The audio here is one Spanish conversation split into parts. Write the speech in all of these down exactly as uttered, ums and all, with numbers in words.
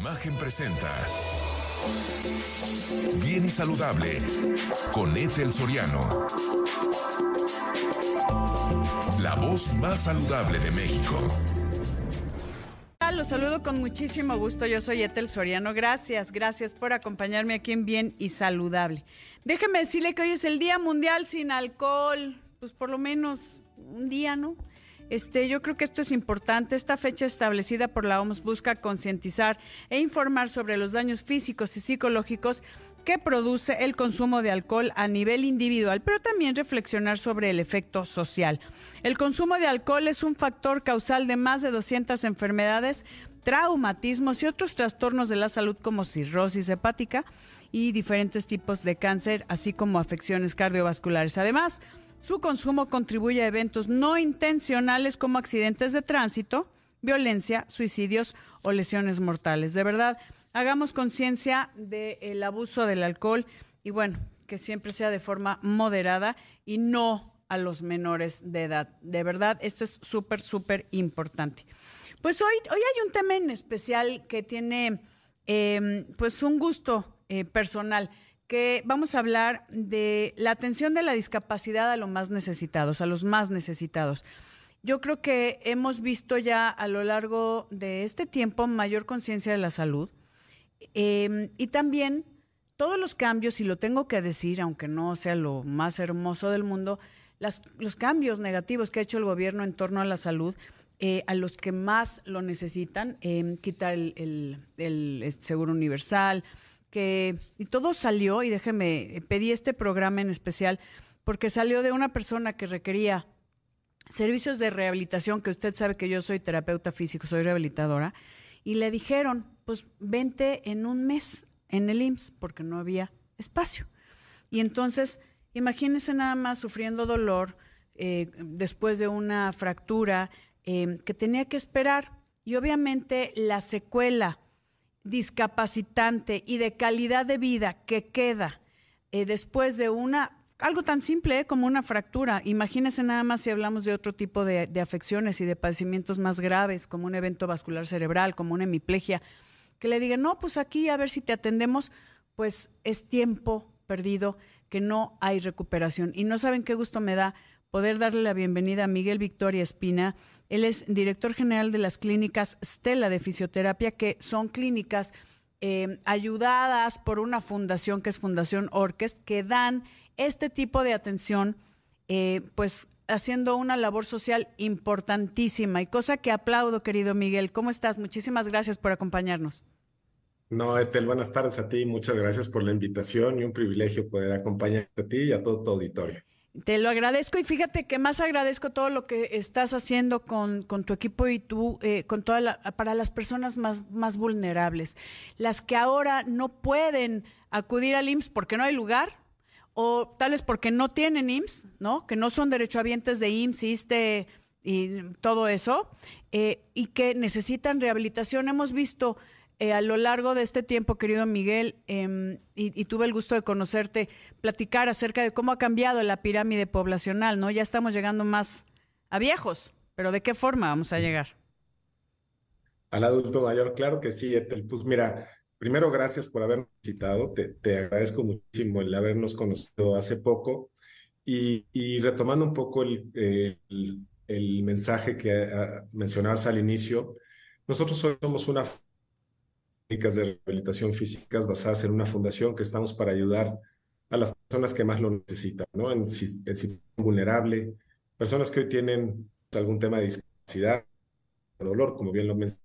Imagen presenta Bien y Saludable con Ethel Soriano. La voz más saludable de México. Los saludo con muchísimo gusto. Yo soy Ethel Soriano. Gracias, gracias por acompañarme aquí en Bien y Saludable. Déjeme decirle que hoy es el Día Mundial sin Alcohol. Pues por lo menos un día, ¿no? Este, yo creo que esto es importante. Esta fecha establecida por la O M S busca concientizar e informar sobre los daños físicos y psicológicos que produce el consumo de alcohol a nivel individual, pero también reflexionar sobre el efecto social. El consumo de alcohol es un factor causal de más de doscientas enfermedades, traumatismos y otros trastornos de la salud como cirrosis hepática y diferentes tipos de cáncer, así como afecciones cardiovasculares. Además, su consumo contribuye a eventos no intencionales como accidentes de tránsito, violencia, suicidios o lesiones mortales. De verdad, hagamos conciencia del abuso del alcohol y bueno, que siempre sea de forma moderada y no a los menores de edad. De verdad, esto es súper, súper importante. Pues hoy, hoy hay un tema en especial que tiene eh, pues un gusto eh, personal, que vamos a hablar de la atención de la discapacidad a los más necesitados, a los más necesitados. Yo creo que hemos visto ya a lo largo de este tiempo mayor conciencia de la salud eh, y también todos los cambios, y lo tengo que decir, aunque no sea lo más hermoso del mundo, las, los cambios negativos que ha hecho el gobierno en torno a la salud, eh, a los que más lo necesitan, eh, quitar el, el, el, el seguro universal, que y todo salió, y déjeme, pedí este programa en especial porque salió de una persona que requería servicios de rehabilitación, que usted sabe que yo soy terapeuta físico, soy rehabilitadora, y le dijeron, pues vente en un mes en el I M S S porque no había espacio. Y entonces, imagínense nada más sufriendo dolor eh, después de una fractura eh, que tenía que esperar, y obviamente la secuela discapacitante y de calidad de vida que queda eh, después de una, algo tan simple eh, como una fractura. Imagínense nada más si hablamos de otro tipo de, de afecciones y de padecimientos más graves, como un evento vascular cerebral, como una hemiplegia, que le digan, no, pues aquí a ver si te atendemos, pues es tiempo perdido, que no hay recuperación. Y no saben qué gusto me da poder darle la bienvenida a Miguel Victoria Espina. Él es director general de las clínicas Stella de fisioterapia, que son clínicas eh, ayudadas por una fundación que es Fundación Orquest, que dan este tipo de atención, eh, pues haciendo una labor social importantísima, y cosa que aplaudo, querido Miguel. ¿Cómo estás? Muchísimas gracias por acompañarnos. No, Ethel, buenas tardes a ti. Muchas gracias por la invitación y un privilegio poder acompañarte a ti y a todo tu auditorio. Te lo agradezco, y fíjate que más agradezco todo lo que estás haciendo con, con tu equipo y tú, eh, con toda la, para las personas más, más vulnerables, las que ahora no pueden acudir al I M S S porque no hay lugar, o tal vez porque no tienen I M S S, ¿no? Que no son derechohabientes de I M S S, ISSSTE y todo eso, eh, y que necesitan rehabilitación. Hemos visto Eh, a lo largo de este tiempo, querido Miguel, eh, y, y tuve el gusto de conocerte, platicar acerca de cómo ha cambiado la pirámide poblacional, ¿no? Ya estamos llegando más a viejos, pero ¿de qué forma vamos a llegar? Al adulto mayor, claro que sí, Ethel. Pues mira, primero gracias por habernos visitado. Te, te agradezco muchísimo el habernos conocido hace poco. Y, y retomando un poco el, eh, el, el mensaje que uh, mencionabas al inicio, nosotros somos una clínicas de rehabilitación físicas basadas en una fundación que estamos para ayudar a las personas que más lo necesitan, ¿no? En, en situación vulnerable, personas que hoy tienen algún tema de discapacidad, de dolor, como bien lo mencioné,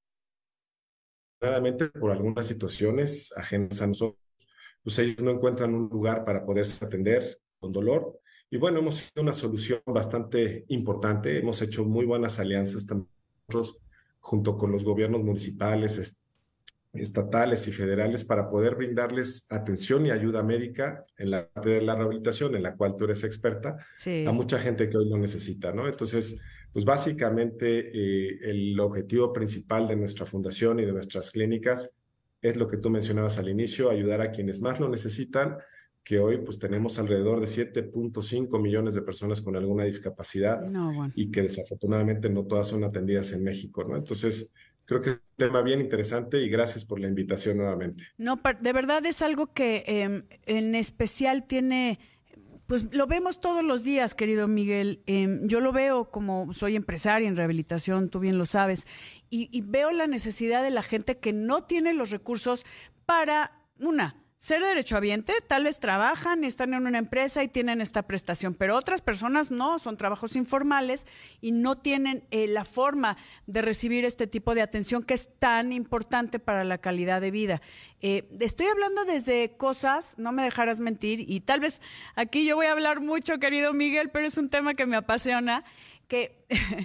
por algunas situaciones ajenas a nosotros, pues ellos no encuentran un lugar para poderse atender con dolor. Y bueno, hemos sido una solución bastante importante, hemos hecho muy buenas alianzas también nosotros, junto con los gobiernos municipales, estatales y federales, para poder brindarles atención y ayuda médica en la parte de la rehabilitación, en la cual tú eres experta, Sí. a mucha gente que hoy lo necesita, ¿no? Entonces, pues básicamente eh, el objetivo principal de nuestra fundación y de nuestras clínicas es lo que tú mencionabas al inicio, ayudar a quienes más lo necesitan, que hoy pues tenemos alrededor de siete punto cinco millones de personas con alguna discapacidad, No, bueno. y que desafortunadamente no todas son atendidas en México, ¿no? Entonces, Creo que es un tema bien interesante y gracias por la invitación nuevamente. No, de verdad es algo que eh, en especial tiene, pues lo vemos todos los días, querido Miguel. Eh, yo lo veo como soy empresaria en rehabilitación, tú bien lo sabes, y, y veo la necesidad de la gente que no tiene los recursos para, una, ser derechohabiente, tal vez trabajan, están en una empresa y tienen esta prestación, pero otras personas no, son trabajos informales y no tienen eh, la forma de recibir este tipo de atención que es tan importante para la calidad de vida. Eh, estoy hablando desde cosas, no me dejarás mentir, y tal vez aquí yo voy a hablar mucho, querido Miguel, pero es un tema que me apasiona, que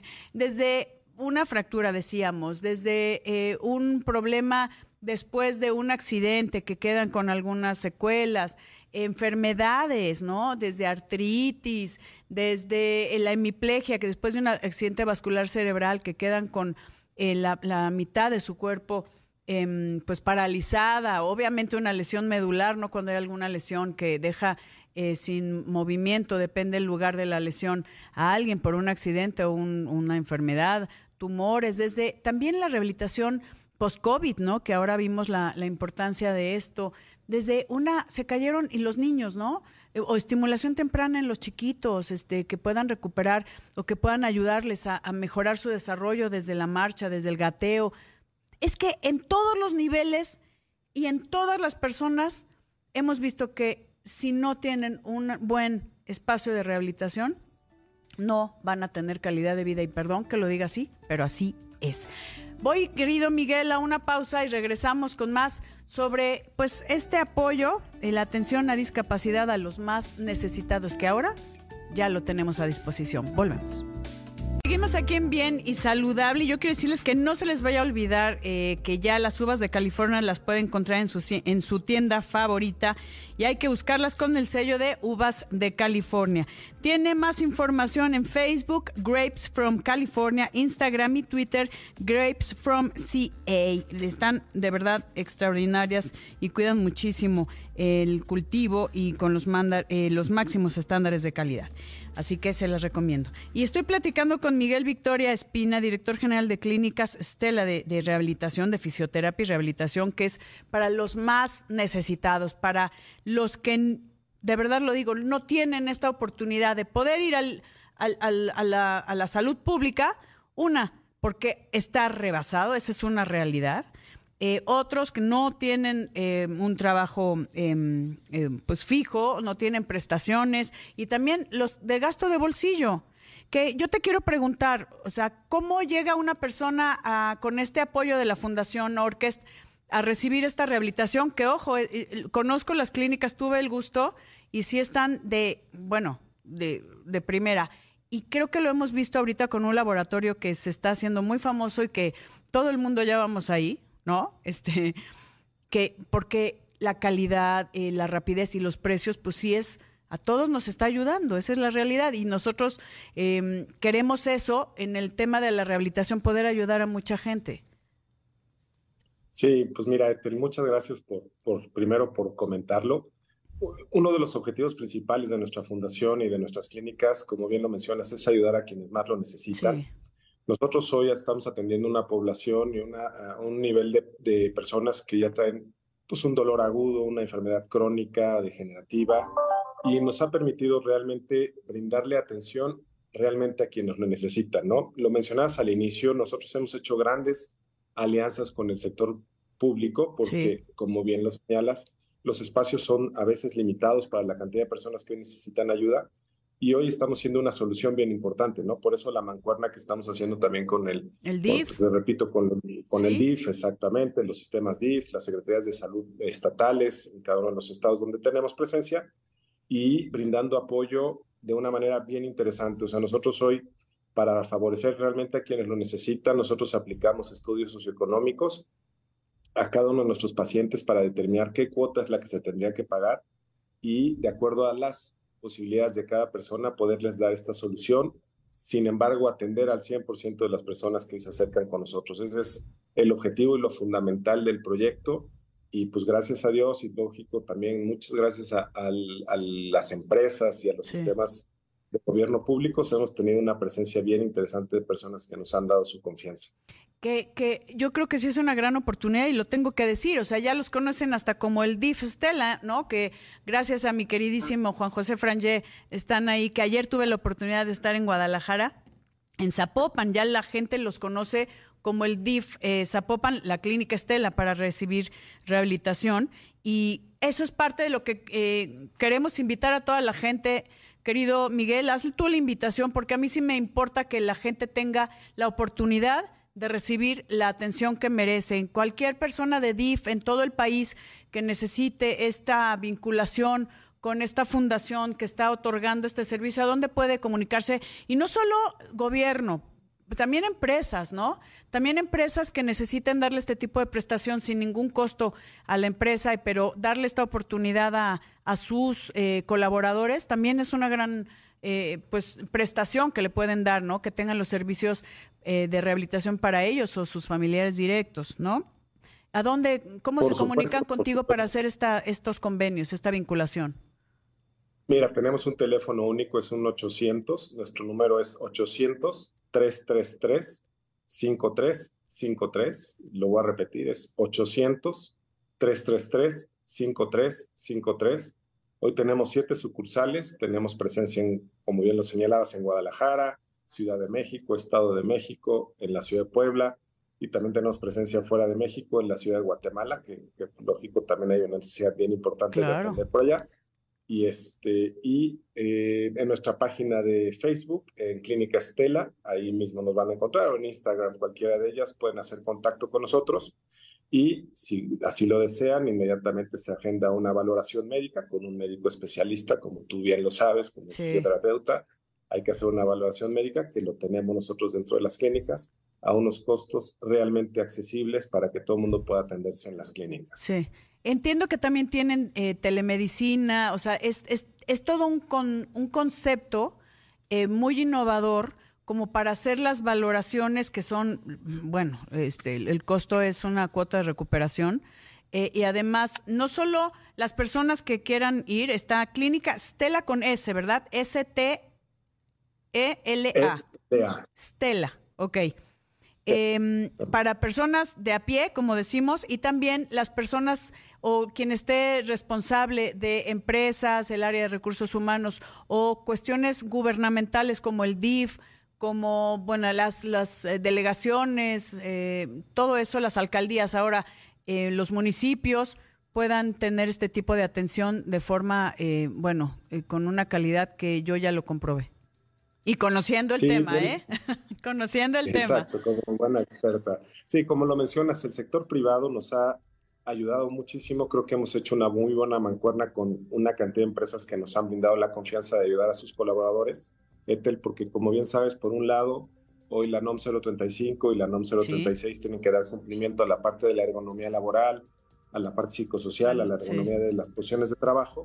desde una fractura, decíamos, desde eh, un problema después de un accidente que quedan con algunas secuelas, enfermedades, ¿no? Desde artritis, desde la hemiplegia, que después de un accidente vascular cerebral que quedan con eh, la, la mitad de su cuerpo eh, pues paralizada, obviamente una lesión medular, ¿no? Cuando hay alguna lesión que deja eh, sin movimiento, depende del lugar de la lesión, a alguien por un accidente o un, una enfermedad, tumores, desde también la rehabilitación post-COVID, ¿no? Que ahora vimos la, la importancia de esto. Desde una, se cayeron, y los niños, ¿no? O estimulación temprana en los chiquitos, este, que puedan recuperar o que puedan ayudarles a, a mejorar su desarrollo desde la marcha, desde el gateo. Es que en todos los niveles y en todas las personas hemos visto que si no tienen un buen espacio de rehabilitación, no van a tener calidad de vida. Y perdón que lo diga así, pero así es. Voy, querido Miguel, a una pausa y regresamos con más sobre pues este apoyo y la atención a discapacidad a los más necesitados, que ahora ya lo tenemos a disposición. Volvemos. Seguimos aquí en Bien y Saludable, y yo quiero decirles que no se les vaya a olvidar eh, que ya las uvas de California las pueden encontrar en su, en su tienda favorita, y hay que buscarlas con el sello de Uvas de California. Tiene más información en Facebook, Grapes from California, Instagram y Twitter, Grapes from C A. Están de verdad extraordinarias y cuidan muchísimo el cultivo y con los, manda, eh, los máximos estándares de calidad. Así que se las recomiendo. Y estoy platicando con Miguel Victoria Espina, director general de Clínicas Stella de, de Rehabilitación, de Fisioterapia y Rehabilitación, que es para los más necesitados, para los que, de verdad lo digo, no tienen esta oportunidad de poder ir al, al, al, a, la, a la salud pública, una, porque está rebasado, esa es una realidad. Eh, otros que no tienen eh, un trabajo eh, eh, pues fijo, no tienen prestaciones, y también los de gasto de bolsillo. Que yo te quiero preguntar, o sea, ¿cómo llega una persona a, con este apoyo de la Fundación Orquest a recibir esta rehabilitación? Que ojo, eh, eh, conozco las clínicas, tuve el gusto y sí están de, bueno, de, de primera. Y creo que lo hemos visto ahorita con un laboratorio que se está haciendo muy famoso y que todo el mundo ya vamos ahí, ¿no? Este, que porque la calidad, eh, la rapidez y los precios, pues sí es, a todos nos está ayudando, esa es la realidad, y nosotros eh, queremos eso en el tema de la rehabilitación, poder ayudar a mucha gente. Sí, pues mira, Ethel, muchas gracias por, por primero por comentarlo. Uno de los objetivos principales de nuestra fundación y de nuestras clínicas, como bien lo mencionas, es ayudar a quienes más lo necesitan. Sí. Nosotros hoy estamos atendiendo una población y una, un nivel de, de personas que ya traen pues, un dolor agudo, una enfermedad crónica, degenerativa, y nos ha permitido realmente brindarle atención realmente a quienes lo necesitan, ¿no? Lo mencionabas al inicio, nosotros hemos hecho grandes alianzas con el sector público porque, sí, como bien lo señalas, los espacios son a veces limitados para la cantidad de personas que necesitan ayuda. Y hoy estamos siendo una solución bien importante, ¿no? Por eso la mancuerna que estamos haciendo también con el... El D I F. Con, repito, con, con ¿sí? el D I F, exactamente, los sistemas D I F, las secretarías de salud estatales en cada uno de los estados donde tenemos presencia, y brindando apoyo de una manera bien interesante. O sea, nosotros hoy, para favorecer realmente a quienes lo necesitan, nosotros aplicamos estudios socioeconómicos a cada uno de nuestros pacientes para determinar qué cuota es la que se tendría que pagar, y de acuerdo a las posibilidades de cada persona poderles dar esta solución, sin embargo atender al cien por ciento de las personas que se acercan con nosotros. Ese es el objetivo y lo fundamental del proyecto, y pues gracias a Dios, y lógico también muchas gracias a, a, a las empresas y a los sí. sistemas de gobierno público, hemos tenido una presencia bien interesante de personas que nos han dado su confianza. Que, que yo creo que sí es una gran oportunidad y lo tengo que decir, o sea, ya los conocen hasta como el D I F Stella, ¿no? Que gracias a mi queridísimo Juan José Frangé están ahí, que ayer tuve la oportunidad de estar en Guadalajara, en Zapopan, ya la gente los conoce como el D I F eh, Zapopan, la Clínica Stella para recibir rehabilitación, y eso es parte de lo que eh, queremos invitar a toda la gente. Querido Miguel, haz tú la invitación, porque a mí sí me importa que la gente tenga la oportunidad de recibir la atención que merecen. Cualquier persona de D I F en todo el país que necesite esta vinculación con esta fundación que está otorgando este servicio, ¿a dónde puede comunicarse? Y no solo gobierno, también empresas, ¿no? También empresas que necesiten darle este tipo de prestación sin ningún costo a la empresa, pero darle esta oportunidad a, a sus eh, colaboradores también es una gran eh, pues prestación que le pueden dar, ¿no? Que tengan los servicios eh, de rehabilitación para ellos o sus familiares directos, ¿no? ¿A dónde, cómo Por se comunican supuesto, contigo para hacer esta, estos convenios, esta vinculación? Mira, tenemos un teléfono único, es un ochocientos, nuestro número es ochocientos, trescientos treinta y tres, cincuenta y tres cincuenta y tres, lo voy a repetir, es ochocientos, trescientos treinta y tres, cincuenta y tres cincuenta y tres. Hoy tenemos siete sucursales, tenemos presencia, en, como bien lo señalabas, en Guadalajara, Ciudad de México, Estado de México, en la Ciudad de Puebla, y también tenemos presencia fuera de México, en la Ciudad de Guatemala, que, que lógico también hay una necesidad bien importante Claro. de atender por allá. Y, este, y eh, en nuestra página de Facebook, en Clínica Stella, ahí mismo nos van a encontrar, o en Instagram, cualquiera de ellas, pueden hacer contacto con nosotros. Y si así lo desean, inmediatamente se agenda una valoración médica con un médico especialista, como tú bien lo sabes, como Sí. fisioterapeuta. Hay que hacer una valoración médica que lo tenemos nosotros dentro de las clínicas a unos costos realmente accesibles para que todo el mundo pueda atenderse en las clínicas. Sí. Entiendo que también tienen eh, telemedicina, o sea, es, es, es todo un, con, un concepto eh, muy innovador como para hacer las valoraciones que son, bueno, este, el, el costo es una cuota de recuperación eh, y además no solo las personas que quieran ir, está Clínica Stella con S, ¿verdad? S T E L A. Stella, ok. Eh, para personas de a pie, como decimos, y también las personas o quien esté responsable de empresas, el área de recursos humanos o cuestiones gubernamentales como el D I F, como bueno las, las eh, delegaciones, eh, todo eso, las alcaldías, ahora eh, los municipios puedan tener este tipo de atención de forma, eh, bueno, eh, con una calidad que yo ya lo comprobé. Y conociendo el Sí, tema, bien. ¿eh? Conociendo el Exacto, tema. como buena experta. Sí, como lo mencionas, el sector privado nos ha ayudado muchísimo. Creo que hemos hecho una muy buena mancuerna con una cantidad de empresas que nos han brindado la confianza de ayudar a sus colaboradores. Etel, porque como bien sabes, por un lado, hoy la NOM cero treinta y cinco y la NOM cero treinta y seis Sí. tienen que dar cumplimiento a la parte de la ergonomía laboral, a la parte psicosocial, a la ergonomía Sí. de las posiciones de trabajo.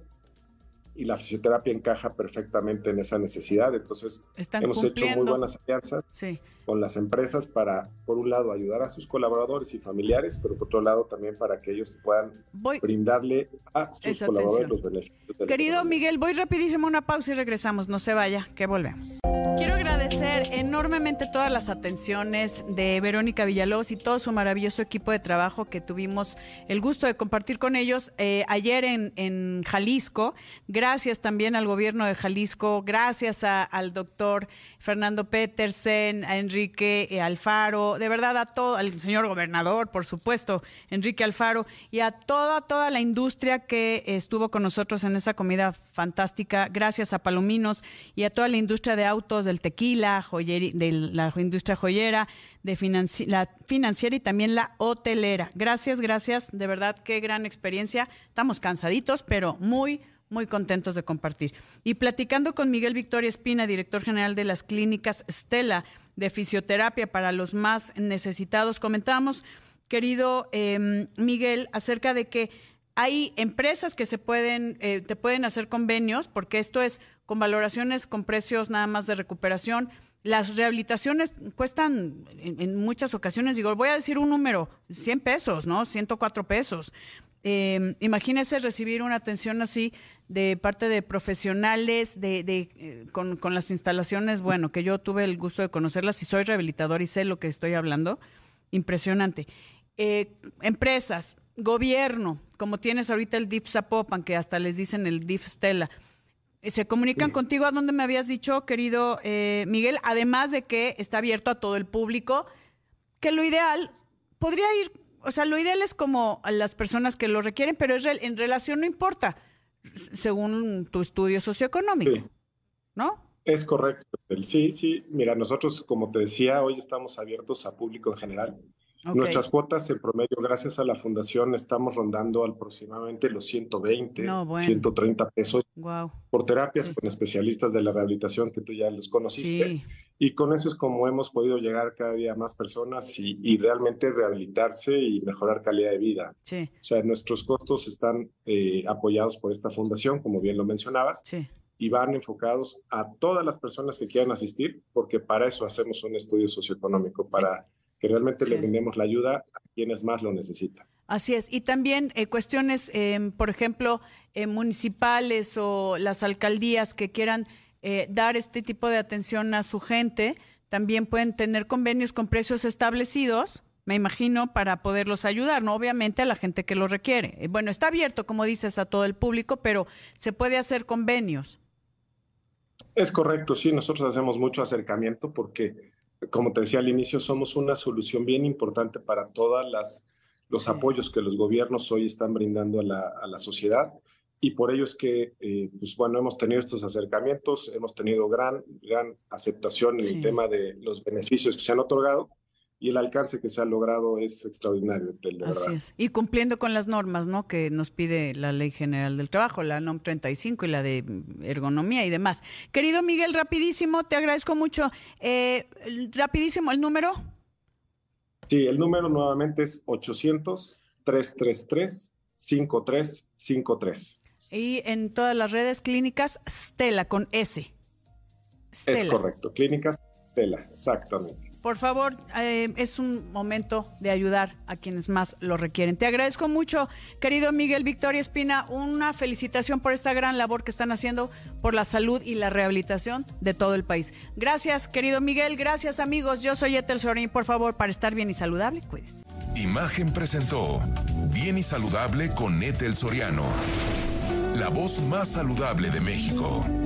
Y la fisioterapia encaja perfectamente en esa necesidad. Entonces, Están hemos hecho muy cumpliendo. buenas alianzas Sí. con las empresas para, por un lado, ayudar a sus colaboradores y familiares, pero por otro lado también para que ellos puedan Voy, brindarle a sus esa colaboradores atención. los beneficios de la Querido economía. Miguel, voy rapidísimo a una pausa y regresamos. No se vaya, que volvemos. Quiero agradecer enormemente todas las atenciones de Verónica Villalobos y todo su maravilloso equipo de trabajo que tuvimos el gusto de compartir con ellos eh, ayer en, en Jalisco. Gracias también al gobierno de Jalisco, gracias a, al doctor Fernando Petersen, a Enrique eh, Alfaro, de verdad a todo, al señor gobernador, por supuesto, Enrique Alfaro, y a toda, toda la industria que estuvo con nosotros en esa comida fantástica. Gracias a Palominos y a toda la industria de autos, del tequila, joyeri, de la industria joyera, de financi la financiera y también la hotelera. Gracias, gracias, de verdad, qué gran experiencia. Estamos cansaditos, pero muy, muy contentos de compartir. Y platicando con Miguel Victoria Espina, director general de las clínicas Stella de fisioterapia para los más necesitados, comentábamos, querido eh, Miguel, acerca de que hay empresas que se pueden, eh, te pueden hacer convenios, porque esto es con valoraciones con precios nada más de recuperación. Las rehabilitaciones cuestan en, en muchas ocasiones, digo, voy a decir un número, cien pesos, ¿no? ciento cuatro pesos. Eh, imagínese recibir una atención así de parte de profesionales, de, de eh, con, con las instalaciones, bueno, que yo tuve el gusto de conocerlas y soy rehabilitador y sé lo que estoy hablando. Impresionante. Eh, empresas, gobierno, como tienes ahorita el D I F Zapopan, que hasta les dicen el D I F Stella, eh, se comunican sí. contigo a donde me habías dicho, querido eh, Miguel, además de que está abierto a todo el público, que lo ideal podría ir, o sea, lo ideal es como a las personas que lo requieren, pero es re, en relación no importa, según tu estudio socioeconómico, sí. ¿no? Es correcto. Sí, sí. Mira, nosotros, como te decía, hoy estamos abiertos a público en general. Okay. Nuestras cuotas, en promedio, gracias a la fundación, estamos rondando aproximadamente los ciento veinte, no, bueno. ciento treinta pesos wow. por terapias sí. con especialistas de la rehabilitación que tú ya los conociste. Sí. Y con eso es como hemos podido llegar cada día a más personas y, y realmente rehabilitarse y mejorar calidad de vida. Sí. O sea, nuestros costos están eh, apoyados por esta fundación, como bien lo mencionabas. Sí. Y van enfocados a todas las personas que quieran asistir, porque para eso hacemos un estudio socioeconómico, para que realmente sí. le brindemos la ayuda a quienes más lo necesitan. Así es. Y también eh, cuestiones, eh, por ejemplo, eh, municipales o las alcaldías que quieran eh, dar este tipo de atención a su gente, también pueden tener convenios con precios establecidos, me imagino, para poderlos ayudar, ¿no? Obviamente a la gente que lo requiere. Eh, bueno, está abierto, como dices, a todo el público, pero se puede hacer convenios. Es correcto, sí, nosotros hacemos mucho acercamiento porque, como te decía al inicio, somos una solución bien importante para todas las los sí. apoyos que los gobiernos hoy están brindando a la, a la sociedad, y por ello es que, eh, pues bueno, hemos tenido estos acercamientos, hemos tenido gran, gran aceptación en sí. el tema de los beneficios que se han otorgado, y el alcance que se ha logrado es extraordinario, de verdad. Así es. Y cumpliendo con las normas, ¿no?, que nos pide la Ley General del Trabajo, la NOM treinta y cinco y la de ergonomía y demás. Querido Miguel, rapidísimo, te agradezco mucho. Eh, rapidísimo, ¿el número? Sí, el número nuevamente es ochocientos, trescientos treinta y tres, cincuenta y tres cincuenta y tres. Y en todas las redes, Clínicas Stella, con S. Stella. Es correcto, Clínicas Stella, exactamente. Por favor, eh, es un momento de ayudar a quienes más lo requieren. Te agradezco mucho, querido Miguel Victoria Espina, una felicitación por esta gran labor que están haciendo por la salud y la rehabilitación de todo el país. Gracias, querido Miguel, gracias, amigos. Yo soy Ethel Sorín, por favor, para estar bien y saludable, cuídese. Imagen presentó Bien y Saludable con Ethel Soriano, la voz más saludable de México.